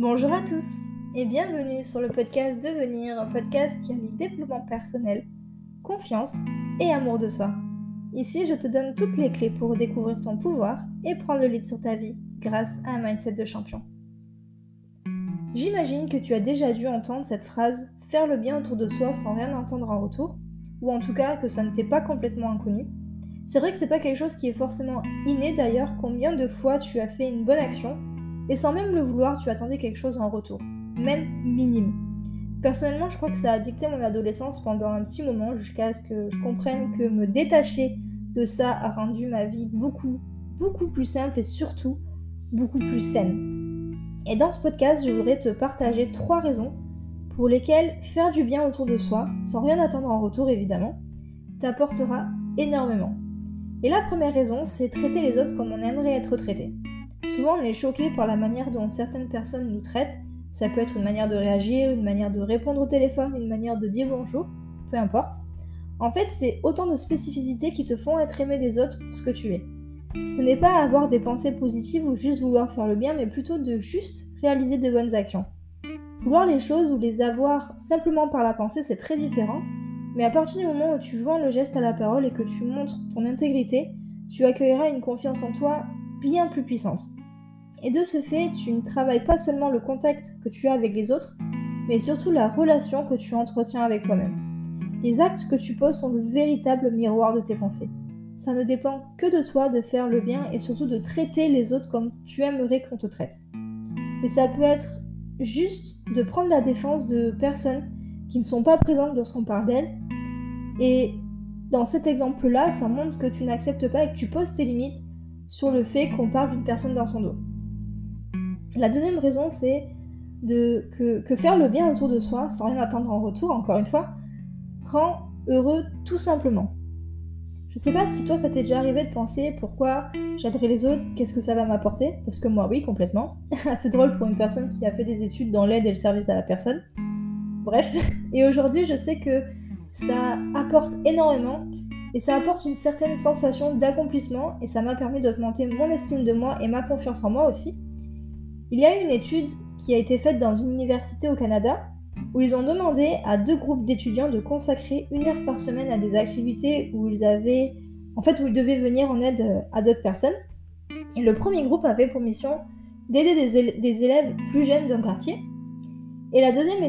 Bonjour à tous et bienvenue sur le podcast Devenir, un podcast qui allie développement personnel, confiance et amour de soi. Ici, je te donne toutes les clés pour découvrir ton pouvoir et prendre le lead sur ta vie grâce à un mindset de champion. J'imagine que tu as déjà dû entendre cette phrase « faire le bien autour de soi sans rien entendre en retour » ou en tout cas que ça ne t'est pas complètement inconnu. C'est vrai que c'est pas quelque chose qui est forcément inné d'ailleurs. Combien de fois tu as fait une bonne action et sans même le vouloir, tu attendais quelque chose en retour, même minime. Personnellement, je crois que ça a dicté mon adolescence pendant un petit moment jusqu'à ce que je comprenne que me détacher de ça a rendu ma vie beaucoup plus simple et surtout beaucoup plus saine. Et dans ce podcast, je voudrais te partager 3 raisons pour lesquelles faire du bien autour de soi, sans rien attendre en retour évidemment, t'apportera énormément. Et la première raison, c'est traiter les autres comme on aimerait être traité. Souvent, on est choqué par la manière dont certaines personnes nous traitent. Ça peut être une manière de réagir, une manière de répondre au téléphone, une manière de dire bonjour, peu importe. En fait, c'est autant de spécificités qui te font être aimé des autres pour ce que tu es. Ce n'est pas avoir des pensées positives ou juste vouloir faire le bien, mais plutôt de juste réaliser de bonnes actions. Vouloir les choses ou les avoir simplement par la pensée, c'est très différent. Mais à partir du moment où tu joins le geste à la parole et que tu montres ton intégrité, tu accueilleras une confiance en toi bien plus puissante. Et de ce fait, tu ne travailles pas seulement le contact que tu as avec les autres, mais surtout la relation que tu entretiens avec toi-même. Les actes que tu poses sont le véritable miroir de tes pensées. Ça ne dépend que de toi de faire le bien et surtout de traiter les autres comme tu aimerais qu'on te traite. Et ça peut être juste de prendre la défense de personnes qui ne sont pas présentes lorsqu'on parle d'elles. Et dans cet exemple-là, ça montre que tu n'acceptes pas et que tu poses tes limites sur le fait qu'on parle d'une personne dans son dos. La deuxième raison, c'est que faire le bien autour de soi, sans rien attendre en retour, encore une fois, rend heureux tout simplement. Je sais pas si toi ça t'est déjà arrivé de penser pourquoi j'aiderais les autres, qu'est-ce que ça va m'apporter, parce que moi oui, complètement. C'est drôle pour une personne qui a fait des études dans l'aide et le service à la personne. Bref, et aujourd'hui je sais que ça apporte énormément et ça apporte une certaine sensation d'accomplissement et ça m'a permis d'augmenter mon estime de moi et ma confiance en moi aussi. Il y a une étude qui a été faite dans une université au Canada où ils ont demandé à 2 groupes d'étudiants de consacrer 1 heure par semaine à des activités où ils devaient venir en aide à d'autres personnes. Et le premier groupe avait pour mission d'aider des élèves plus jeunes d'un quartier. Et la deuxième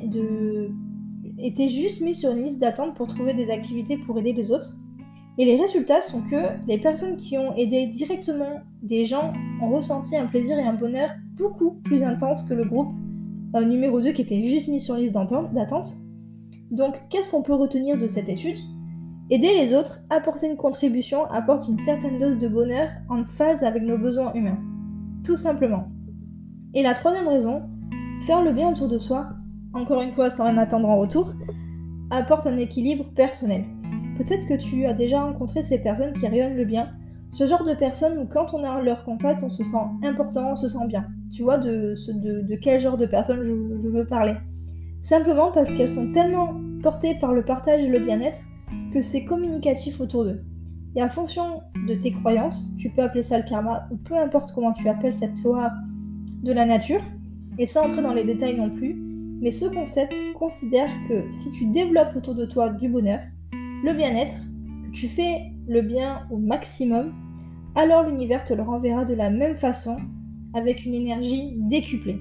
était juste mise sur une liste d'attente pour trouver des activités pour aider les autres. Et les résultats sont que les personnes qui ont aidé directement des gens ont ressenti un plaisir et un bonheur beaucoup plus intense que le groupe numéro 2 qui était juste mis sur liste d'attente. Donc, qu'est-ce qu'on peut retenir de cette étude ? Aider les autres, apporter une contribution, apporte une certaine dose de bonheur en phase avec nos besoins humains. Tout simplement. Et la troisième raison, faire le bien autour de soi, encore une fois sans rien attendre en retour, apporte un équilibre personnel. Peut-être que tu as déjà rencontré ces personnes qui rayonnent le bien, ce genre de personnes où quand on est en leur contact, on se sent important, on se sent bien. Tu vois de quel genre de personnes je veux parler. Simplement parce qu'elles sont tellement portées par le partage et le bien-être que c'est communicatif autour d'eux. Et en fonction de tes croyances, tu peux appeler ça le karma, ou peu importe comment tu appelles cette loi de la nature, et sans entrer dans les détails non plus, mais ce concept considère que si tu développes autour de toi du bonheur, le bien-être, que tu fais le bien au maximum, alors l'univers te le renverra de la même façon, avec une énergie décuplée.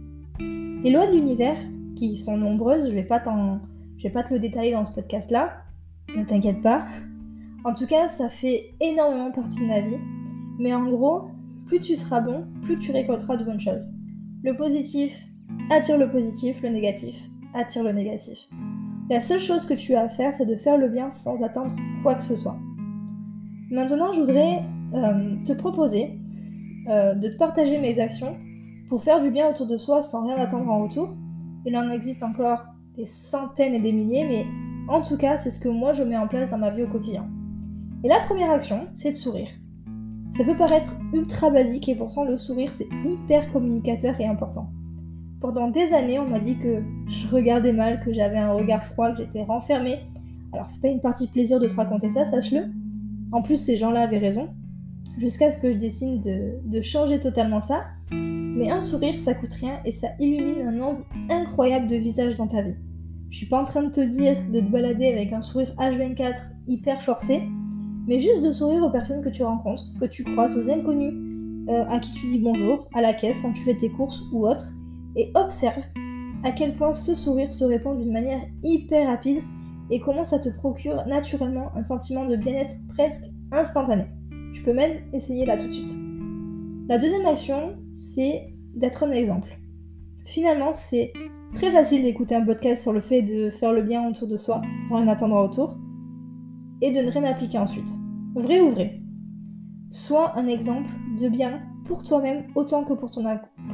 Les lois de l'univers, qui sont nombreuses, je vais pas te le détailler dans ce podcast-là, ne t'inquiète pas. En tout cas, ça fait énormément partie de ma vie, mais en gros, plus tu seras bon, plus tu récolteras de bonnes choses. Le positif attire le positif, le négatif attire le négatif. La seule chose que tu as à faire, c'est de faire le bien sans attendre quoi que ce soit. Maintenant, je voudrais te proposer de te partager mes actions pour faire du bien autour de soi sans rien attendre en retour. Il en existe encore des centaines et des milliers, mais en tout cas, c'est ce que moi je mets en place dans ma vie au quotidien. Et la première action, c'est de sourire. Ça peut paraître ultra basique et pourtant le sourire, c'est hyper communicateur et important. Pendant des années, on m'a dit que je regardais mal, que j'avais un regard froid, que j'étais renfermée. Alors c'est pas une partie plaisir de te raconter ça, sache-le. En plus, ces gens-là avaient raison. Jusqu'à ce que je décide de changer totalement ça Mais un sourire, ça coûte rien et ça illumine un nombre incroyable de visages dans ta vie. Je suis pas en train de te dire de te balader avec un sourire H24 hyper forcé, mais juste de sourire aux personnes que tu rencontres, que tu croises, aux inconnus à qui tu dis bonjour, à la caisse quand tu fais tes courses ou autre, et observe à quel point ce sourire se répand d'une manière hyper rapide et comment ça te procure naturellement un sentiment de bien-être presque instantané. Tu peux même essayer là tout de suite. La deuxième action, c'est d'être un exemple. Finalement, c'est très facile d'écouter un podcast sur le fait de faire le bien autour de soi, sans rien attendre en retour, et de ne rien appliquer ensuite. Vrai ou vrai? Sois un exemple de bien pour toi-même autant que pour ton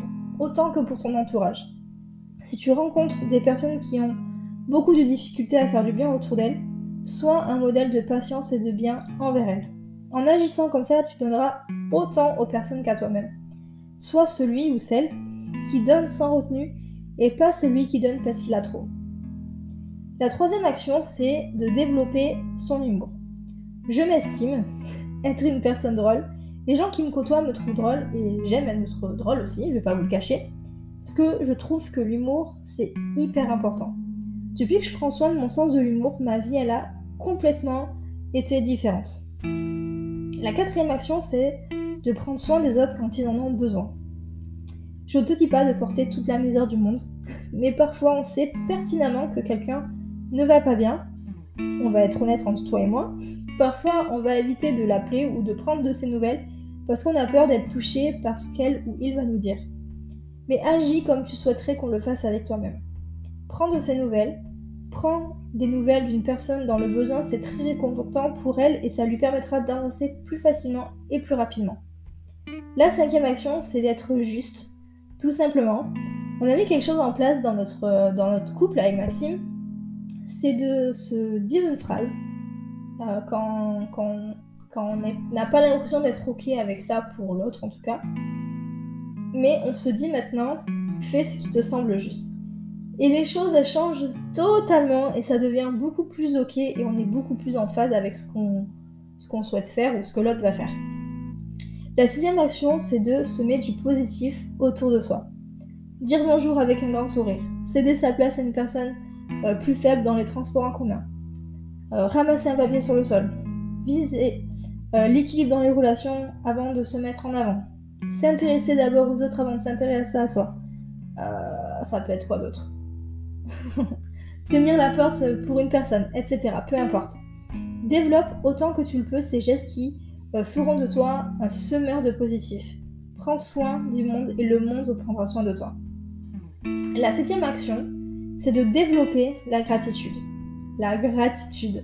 entourage. Si tu rencontres des personnes qui ont beaucoup de difficultés à faire du bien autour d'elles, sois un modèle de patience et de bien envers elles. En agissant comme ça, tu donneras autant aux personnes qu'à toi-même. Sois celui ou celle qui donne sans retenue et pas celui qui donne parce qu'il a trop. La troisième action, c'est de développer son humour. Je m'estime être une personne drôle. Les gens qui me côtoient me trouvent drôle et j'aime être drôle aussi, je vais pas vous le cacher. Parce que je trouve que l'humour, c'est hyper important. Depuis que je prends soin de mon sens de l'humour, ma vie, elle a complètement été différente. La quatrième action, c'est de prendre soin des autres quand ils en ont besoin. Je ne te dis pas de porter toute la misère du monde, mais parfois on sait pertinemment que quelqu'un ne va pas bien. On va être honnête entre toi et moi. Parfois, on va éviter de l'appeler ou de prendre de ses nouvelles parce qu'on a peur d'être touché par ce qu'elle ou il va nous dire. Mais agis comme tu souhaiterais qu'on le fasse avec toi-même. Prends de ses nouvelles, prends des nouvelles d'une personne dans le besoin, c'est très réconfortant pour elle et ça lui permettra d'avancer plus facilement et plus rapidement. La cinquième action, c'est d'être juste, tout simplement. On a mis quelque chose en place dans notre couple avec Maxime, c'est de se dire une phrase quand on n'a pas l'impression d'être ok avec ça pour l'autre en tout cas. Mais on se dit maintenant, fais ce qui te semble juste. Et les choses, elles changent totalement et ça devient beaucoup plus ok et on est beaucoup plus en phase avec ce qu'on souhaite faire ou ce que l'autre va faire. La sixième action, c'est de semer du positif autour de soi. Dire bonjour avec un grand sourire, céder sa place à une personne plus faible dans les transports en commun, ramasser un papier sur le sol, viser l'équilibre dans les relations avant de se mettre en avant, s'intéresser d'abord aux autres avant de s'intéresser à soi. Ça peut être quoi d'autre? Tenir la porte pour une personne, etc. Peu importe. Développe autant que tu le peux ces gestes qui feront de toi un semeur de positif. Prends soin du monde et le monde prendra soin de toi. La septième action, c'est de développer la gratitude. La gratitude.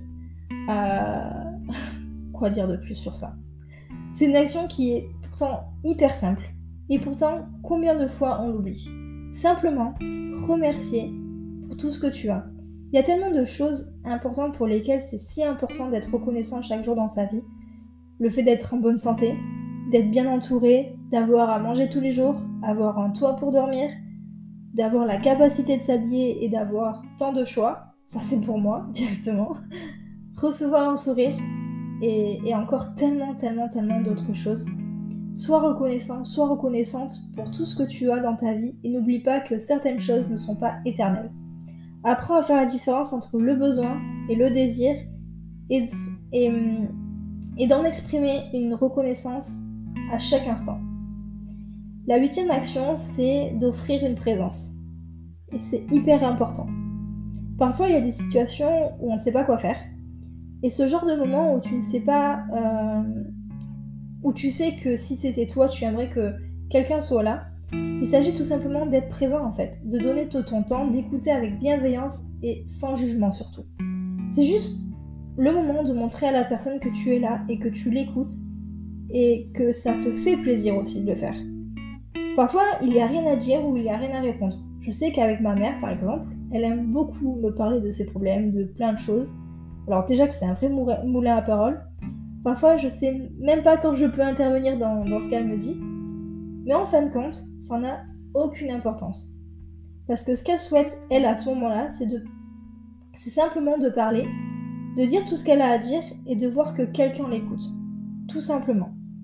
Quoi dire de plus sur ça? C'est une action qui est pourtant hyper simple. Et pourtant, combien de fois on l'oublie? Simplement, remercier pour tout ce que tu as. Il y a tellement de choses importantes pour lesquelles c'est si important d'être reconnaissant chaque jour dans sa vie. Le fait d'être en bonne santé, d'être bien entouré, d'avoir à manger tous les jours, avoir un toit pour dormir, d'avoir la capacité de s'habiller et d'avoir tant de choix. Ça, c'est pour moi, directement. Recevoir un sourire et encore tellement d'autres choses. Sois reconnaissant, sois reconnaissante pour tout ce que tu as dans ta vie et n'oublie pas que certaines choses ne sont pas éternelles. Apprends à faire la différence entre le besoin et le désir et d'en exprimer une reconnaissance à chaque instant. La huitième action, c'est d'offrir une présence. Et c'est hyper important. Parfois, il y a des situations où on ne sait pas quoi faire. Et ce genre de moment où tu ne sais pas... où tu sais que si c'était toi, tu aimerais que quelqu'un soit là. Il s'agit tout simplement d'être présent en fait, de donner tout ton temps, d'écouter avec bienveillance et sans jugement surtout. C'est juste le moment de montrer à la personne que tu es là et que tu l'écoutes et que ça te fait plaisir aussi de le faire. Parfois, il n'y a rien à dire ou il n'y a rien à répondre. Je sais qu'avec ma mère par exemple, elle aime beaucoup me parler de ses problèmes, de plein de choses. Alors déjà que c'est un vrai moulin à paroles. Parfois, je sais même pas quand je peux intervenir dans ce qu'elle me dit. Mais en fin de compte, ça n'a aucune importance. Parce que ce qu'elle souhaite, elle, à ce moment-là, c'est simplement de parler, de dire tout ce qu'elle a à dire et de voir que quelqu'un l'écoute. Tout simplement.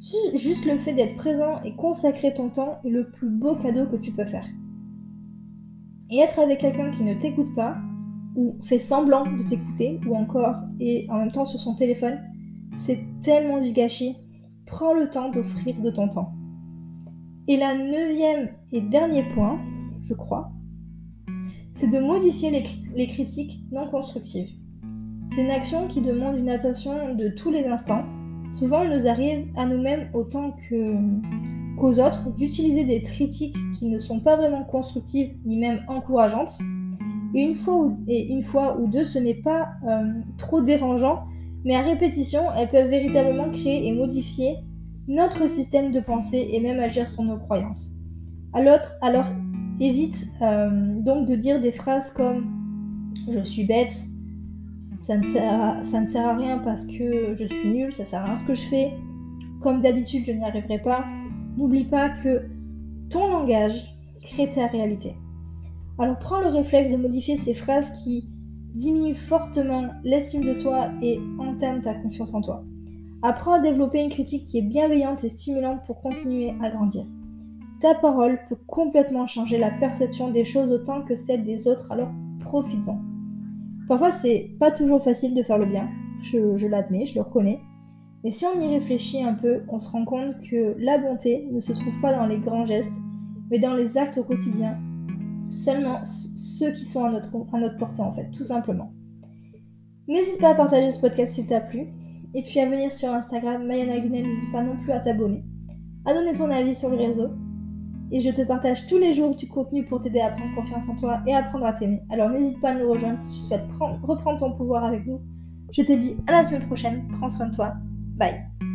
Juste le fait d'être présent et consacrer ton temps est le plus beau cadeau que tu peux faire. Et être avec quelqu'un qui ne t'écoute pas, ou fait semblant de t'écouter, ou encore est en même temps sur son téléphone, c'est tellement du gâchis. Prends le temps d'offrir de ton temps. Et la 9e et dernier point, je crois, c'est de modifier les critiques non constructives. C'est une action qui demande une attention de tous les instants. Souvent, il nous arrive à nous-mêmes autant qu'aux autres d'utiliser des critiques qui ne sont pas vraiment constructives ni même encourageantes. Et une fois ou deux, ce n'est pas trop dérangeant, mais à répétition, elles peuvent véritablement créer et modifier notre système de pensée et même agir sur nos croyances. Alors évite donc de dire des phrases comme « je suis bête », ça ne sert à rien parce que je suis nulle, ça sert à rien ce que je fais, comme d'habitude je n'y arriverai pas. N'oublie pas que ton langage crée ta réalité. Alors prends le réflexe de modifier ces phrases qui diminuent fortement l'estime de toi et entament ta confiance en toi. Apprends à développer une critique qui est bienveillante et stimulante pour continuer à grandir. Ta parole peut complètement changer la perception des choses autant que celle des autres, alors profites-en. Parfois, c'est pas toujours facile de faire le bien, je l'admets, je le reconnais. Mais si on y réfléchit un peu, on se rend compte que la bonté ne se trouve pas dans les grands gestes, mais dans les actes au quotidien. Seulement ceux qui sont à notre portée, en fait, tout simplement. N'hésite pas à partager ce podcast s'il t'a plu. Et puis à venir sur Instagram, Mayana Gunel, n'hésite pas non plus à t'abonner, à donner ton avis sur le réseau. Et je te partage tous les jours du contenu pour t'aider à prendre confiance en toi et à apprendre à t'aimer. Alors n'hésite pas à nous rejoindre si tu souhaites reprendre ton pouvoir avec nous. Je te dis à la semaine prochaine, prends soin de toi, bye.